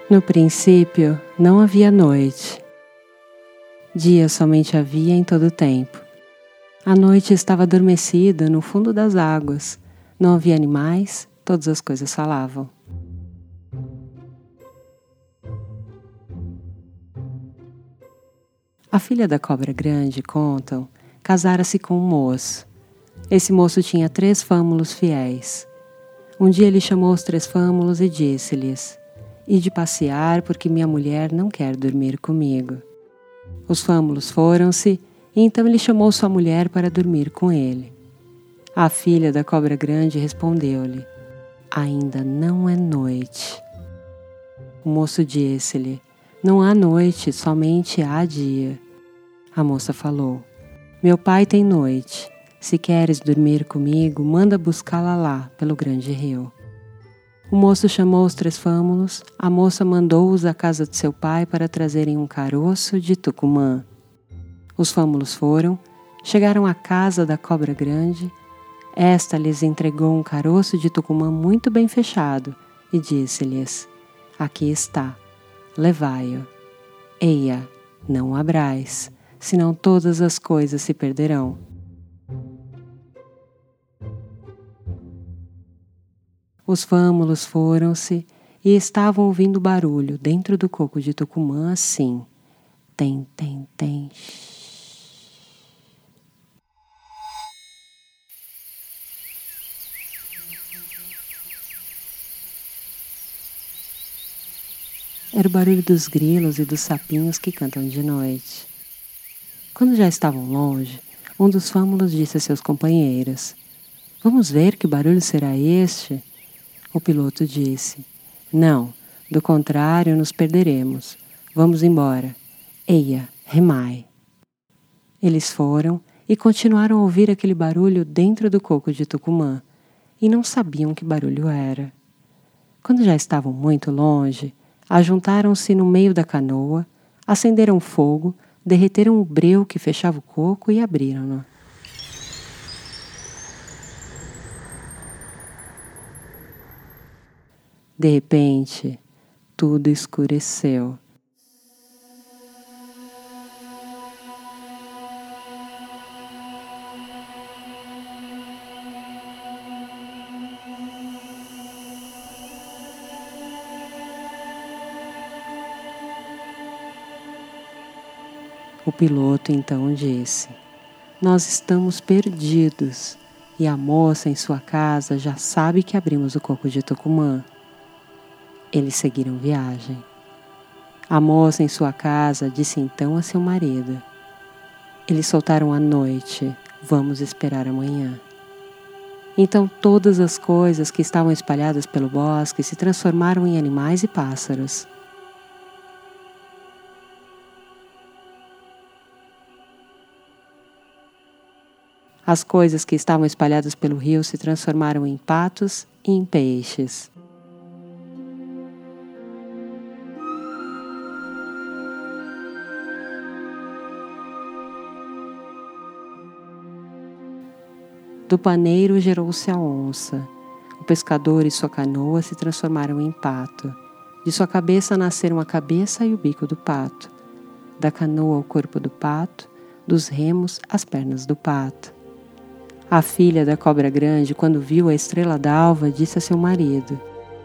No princípio, não havia noite. Dia somente havia em todo o tempo. A noite estava adormecida no fundo das águas. Não havia animais, todas as coisas falavam. A filha da cobra grande, contam, casara-se com um moço. Esse moço tinha 3 fâmulos fiéis. Um dia ele chamou os 3 fâmulos e disse-lhes: "Ide passear, porque minha mulher não quer dormir comigo." Os fâmulos foram-se, e então ele chamou sua mulher para dormir com ele. A filha da cobra grande respondeu-lhe: "Ainda não é noite." O moço disse-lhe: "Não há noite, somente há dia." A moça falou: "Meu pai tem noite. Se queres dormir comigo, manda buscá-la lá, pelo grande rio." O moço chamou os 3 fâmulos, a moça mandou-os à casa de seu pai para trazerem um caroço de tucumã. Os fâmulos foram, chegaram à casa da cobra grande. Esta lhes entregou um caroço de tucumã muito bem fechado e disse-lhes: "Aqui está, levai-o. Eia, não o abrais, senão todas as coisas se perderão." Os fâmulos foram-se e estavam ouvindo barulho dentro do coco de tucumã assim: tem, tem, tem. Era o barulho dos grilos e dos sapinhos que cantam de noite. Quando já estavam longe, um dos fâmulos disse a seus companheiros: "Vamos ver que barulho será este?" O piloto disse: "Não, do contrário nos perderemos. Vamos embora. Eia, remai." Eles foram e continuaram a ouvir aquele barulho dentro do coco de tucumã, e não sabiam que barulho era. Quando já estavam muito longe, ajuntaram-se no meio da canoa, acenderam fogo, derreteram o breu que fechava o coco e abriram-no. De repente, tudo escureceu. O piloto então disse: "Nós estamos perdidos, e a moça em sua casa já sabe que abrimos o coco de tucumã." Eles seguiram viagem. A moça em sua casa disse então a seu marido: "Eles soltaram à noite, vamos esperar amanhã." Então todas as coisas que estavam espalhadas pelo bosque se transformaram em animais e pássaros. As coisas que estavam espalhadas pelo rio se transformaram em patos e em peixes. Do paneiro gerou-se a onça. O pescador e sua canoa se transformaram em pato. De sua cabeça nasceram a cabeça e o bico do pato. Da canoa o corpo do pato, dos remos as pernas do pato. A filha da cobra grande, quando viu a estrela d'alva, disse a seu marido: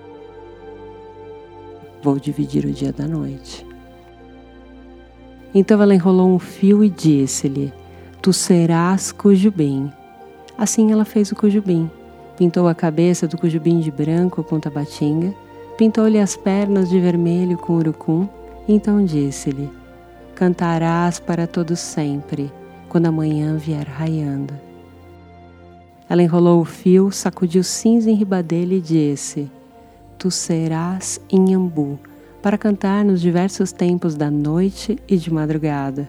"Vou dividir o dia da noite." Então ela enrolou um fio e disse-lhe: "Tu serás cujubim." Assim ela fez o cujubim. Pintou a cabeça do cujubim de branco com tabatinga, pintou-lhe as pernas de vermelho com urucum, e então disse-lhe: "Cantarás para todo sempre, quando a manhã vier raiando." Ela enrolou o fio, sacudiu cinza em riba dele e disse: "Tu serás Inhambu, para cantar nos diversos tempos da noite e de madrugada."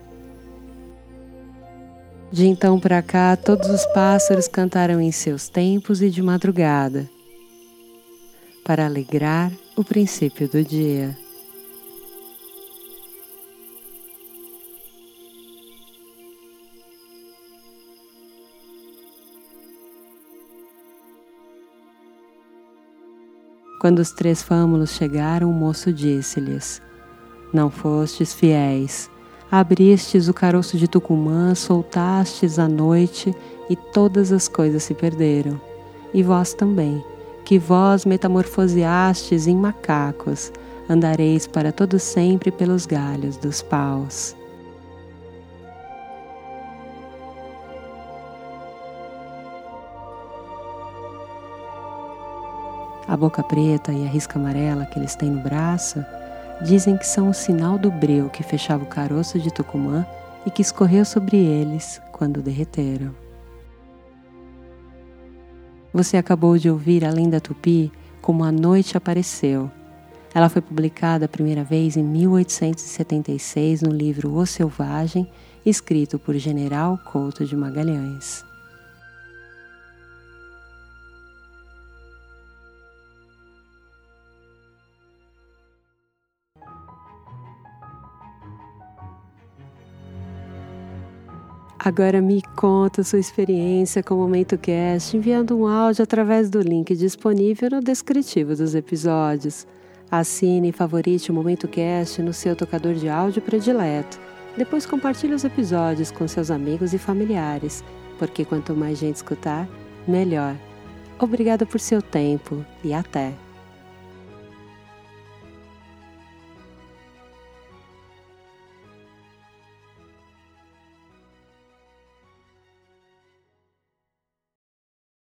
De então para cá, todos os pássaros cantaram em seus tempos e de madrugada, para alegrar o princípio do dia. Quando os 3 fâmulos chegaram, o moço disse-lhes: Não fostes fiéis. Abristes o caroço de Tucumã, soltastes a noite, e todas as coisas se perderam. E vós também, que vós metamorfoseastes em macacos, andareis para todo sempre pelos galhos dos paus. A boca preta e a risca amarela que eles têm no braço dizem que são o sinal do breu que fechava o caroço de Tucumã e que escorreu sobre eles quando derreteram. Você acabou de ouvir a lenda tupi Como a Noite Apareceu. Ela foi publicada a primeira vez em 1876 no livro O Selvagem, escrito por General Couto de Magalhães. Agora me conta sua experiência com o Momento Cast enviando um áudio através do link disponível no descritivo dos episódios. Assine e favorite o Momento Cast no seu tocador de áudio predileto. Depois compartilhe os episódios com seus amigos e familiares, porque quanto mais gente escutar, melhor. Obrigada por seu tempo e até!